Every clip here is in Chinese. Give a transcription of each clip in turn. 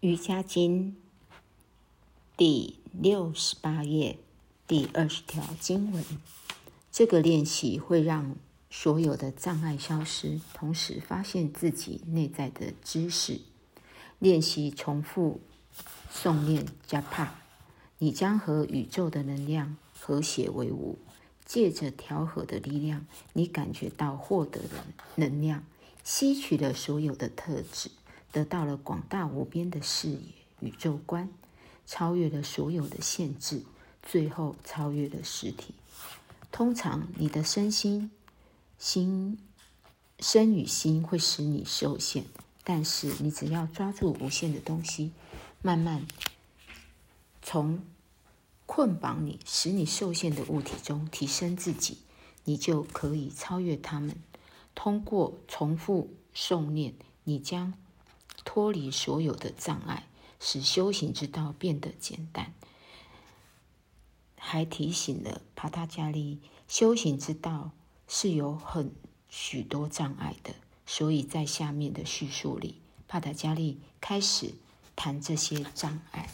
瑜伽经第68页第20条经文。这个练习会让所有的障碍消失，同时发现自己内在的知识。练习重复诵念 Japa， 你将和宇宙的能量和谐为伍。借着调和的力量，你感觉到获得的能量，吸取了所有的特质，得到了广大无边的视野、宇宙观，超越了所有的限制，最后超越了实体。通常你的身与心会使你受限，但是你只要抓住无限的东西，慢慢从捆绑你、使你受限的物体中提升自己，你就可以超越它们。通过重复诵念，你将脱离所有的障碍，使修行之道变得简单。还提醒了帕塔加利，修行之道是有许多障碍的，所以在下面的叙述里，帕塔加利开始谈这些障碍。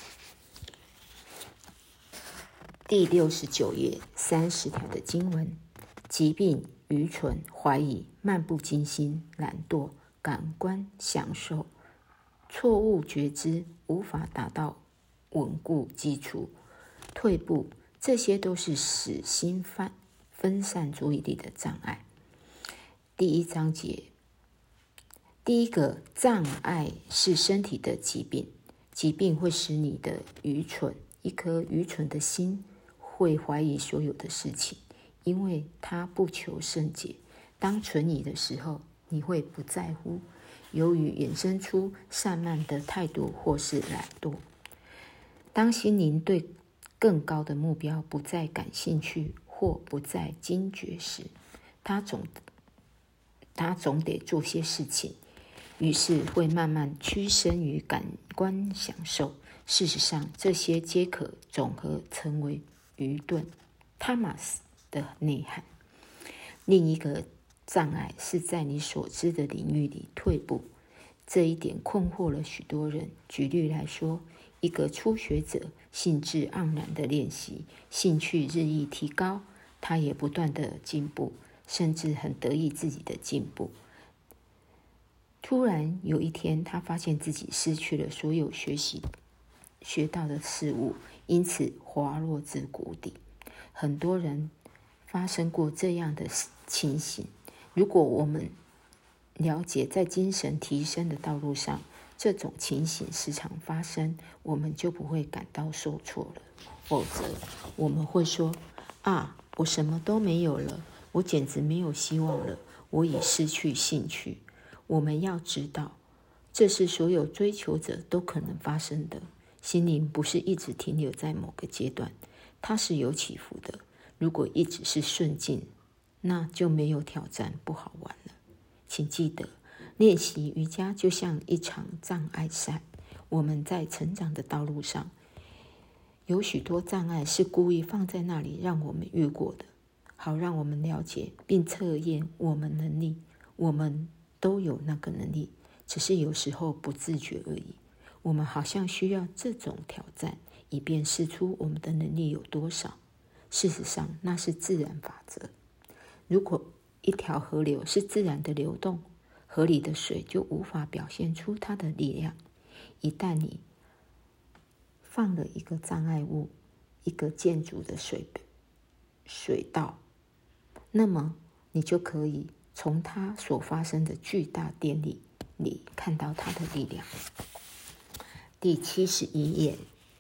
第69页30条的经文：疾病、愚蠢、怀疑、漫不经心、懒惰、感官享受、错误觉知，无法达到稳固基础，退步，这些都是使心分散注意力的障碍。第一章节，第一个障碍是身体的疾病，疾病会使你的愚蠢，一颗愚蠢的心会怀疑所有的事情，因为它不求甚解。当存疑的时候，你会不在乎，由于衍生出散漫的态度或是懒惰。当心灵对更高的目标不再感兴趣或不再惊觉时，他总得做些事情，于是会慢慢屈身于感官享受。事实上，这些皆可总和成为愚钝 Tamas 的内涵。另一个障碍是在你所知的领域里退步，这一点困惑了许多人。举例来说，一个初学者兴致盎然的练习，兴趣日益提高，他也不断的进步，甚至很得意自己的进步。突然有一天，他发现自己失去了所有学到的事物，因此滑落至谷底。很多人发生过这样的情形。如果我们了解在精神提升的道路上，这种情形时常发生，我们就不会感到受挫了。否则，我们会说：我什么都没有了，我简直没有希望了，我已失去兴趣。我们要知道，这是所有追求者都可能发生的。心灵不是一直停留在某个阶段，它是有起伏的。如果一直是顺境，那就没有挑战，不好玩了。请记得，练习瑜伽就像一场障碍赛。我们在成长的道路上，有许多障碍是故意放在那里让我们越过的，好让我们了解并测验我们能力。我们都有那个能力，只是有时候不自觉而已。我们好像需要这种挑战，以便试出我们的能力有多少。事实上，那是自然法则。如果一条河流是自然的流动，河里的水就无法表现出它的力量。一旦你放了一个障碍物，一个建筑的水道，那么你就可以从它所发生的巨大电力里看到它的力量。第71页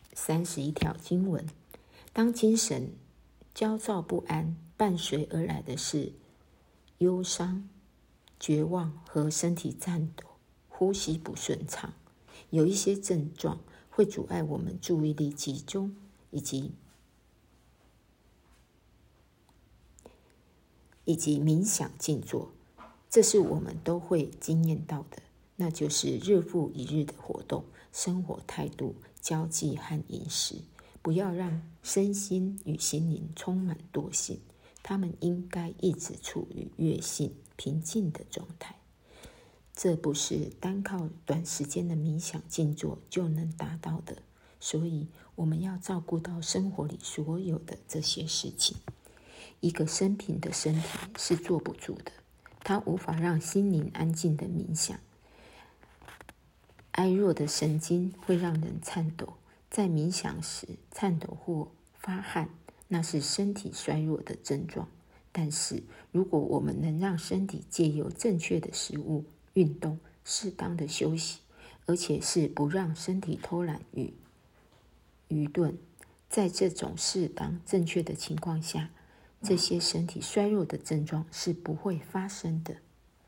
31条经文：当精神焦躁不安，伴随而来的是忧伤、绝望和身体颤抖，呼吸不顺畅。有一些症状会阻碍我们注意力集中，以及冥想静坐。这是我们都会经验到的，那就是日复一日的活动、生活态度、交际和饮食。不要让身心与心灵充满惰性，他们应该一直处于悦性、平静的状态。 这不是单靠短时间的冥想静坐就能达到的，所以我们要照顾到生活里所有的这些事情。一个生病的身体是坐不住的，它无法让心灵安静的冥想。哀弱的神经会让人颤抖，在冥想时颤抖或发汗，那是身体衰弱的症状。但是如果我们能让身体借由正确的食物、运动、适当的休息，而且是不让身体偷懒与愚钝，在这种适当正确的情况下，这些身体衰弱的症状是不会发生的。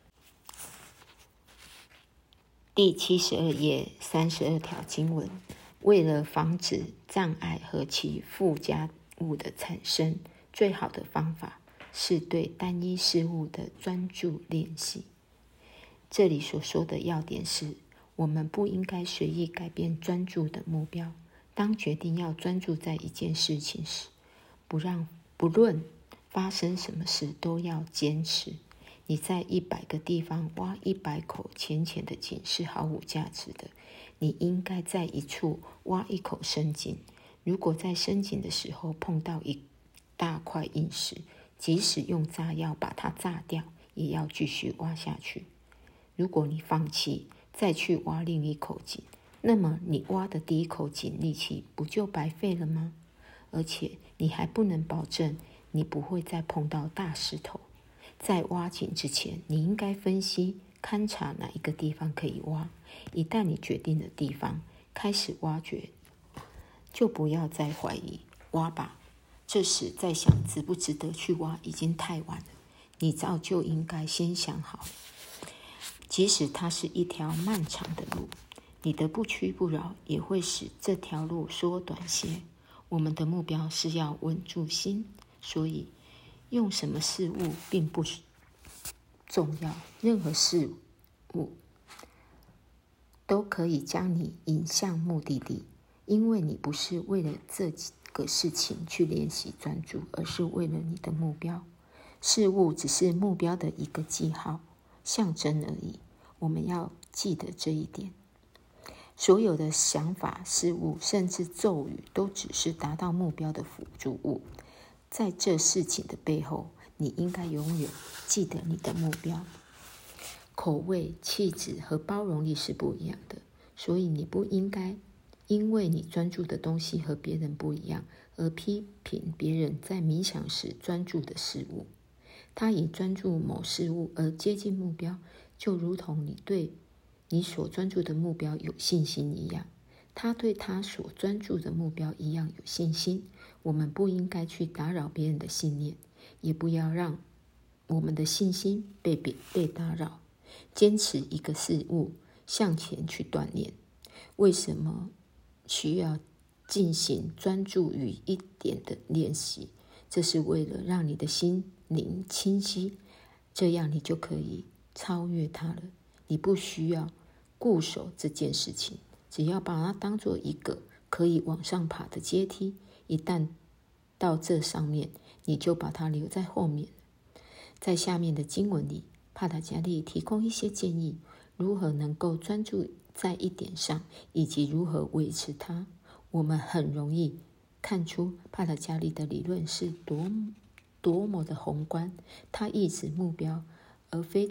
第72页32条经文，为了防止障碍和其附加物的产生，最好的方法是对单一事物的专注练习。这里所说的要点是，我们不应该随意改变专注的目标。当决定要专注在一件事情时，不论发生什么事都要坚持。你在100个地方挖100口浅浅的井是毫无价值的，你应该在一处挖一口深井。如果在深井的时候碰到一大块硬石，即使用炸药把它炸掉，也要继续挖下去。如果你放弃再去挖另一口井，那么你挖的第一口井力气不就白费了吗？而且你还不能保证你不会再碰到大石头。在挖井之前，你应该分析勘察哪一个地方可以挖。一旦你决定的地方开始挖掘，就不要再怀疑，挖吧。这时再想值不值得去挖已经太晚了，你早就应该先想好。即使它是一条漫长的路，你的不屈不挠也会使这条路缩短些。我们的目标是要稳住心，所以用什么事物并不重要，任何事物都可以将你引向目的地，因为你不是为了这个事情去练习专注，而是为了你的目标。事物只是目标的一个记号，象征而已。我们要记得这一点。所有的想法、事物，甚至咒语，都只是达到目标的辅助物。在这事情的背后，你应该永远记得你的目标。口味、气质和包容力是不一样的，所以你不应该因为你专注的东西和别人不一样，而批评别人在冥想时专注的事物。他以专注某事物而接近目标，就如同你对你所专注的目标有信心一样，他对他所专注的目标一样有信心。我们不应该去打扰别人的信念，也不要让我们的信心被打扰。坚持一个事物向前去锻炼。为什么需要进行专注于一点的练习？这是为了让你的心灵清晰，这样你就可以超越它了。你不需要固守这件事情，只要把它当作一个可以往上爬的阶梯，一旦到这上面，你就把它留在后面。在下面的经文里，帕塔加利提供一些建议，如何能够专注在一点上，以及如何维持它。我们很容易看出帕塔加利的理论是多么的宏观，它意指目标，而非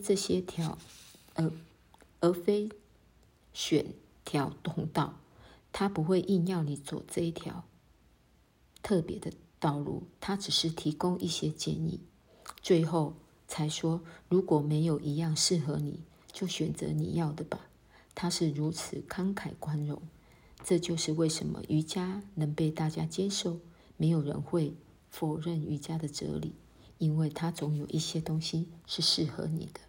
选条通道。它不会硬要你走这一条特别的道路，它只是提供一些建议，最后才说如果没有一样适合你，就选择你要的吧。它是如此慷慨宽容，这就是为什么瑜伽能被大家接受，没有人会否认瑜伽的哲理，因为它总有一些东西是适合你的。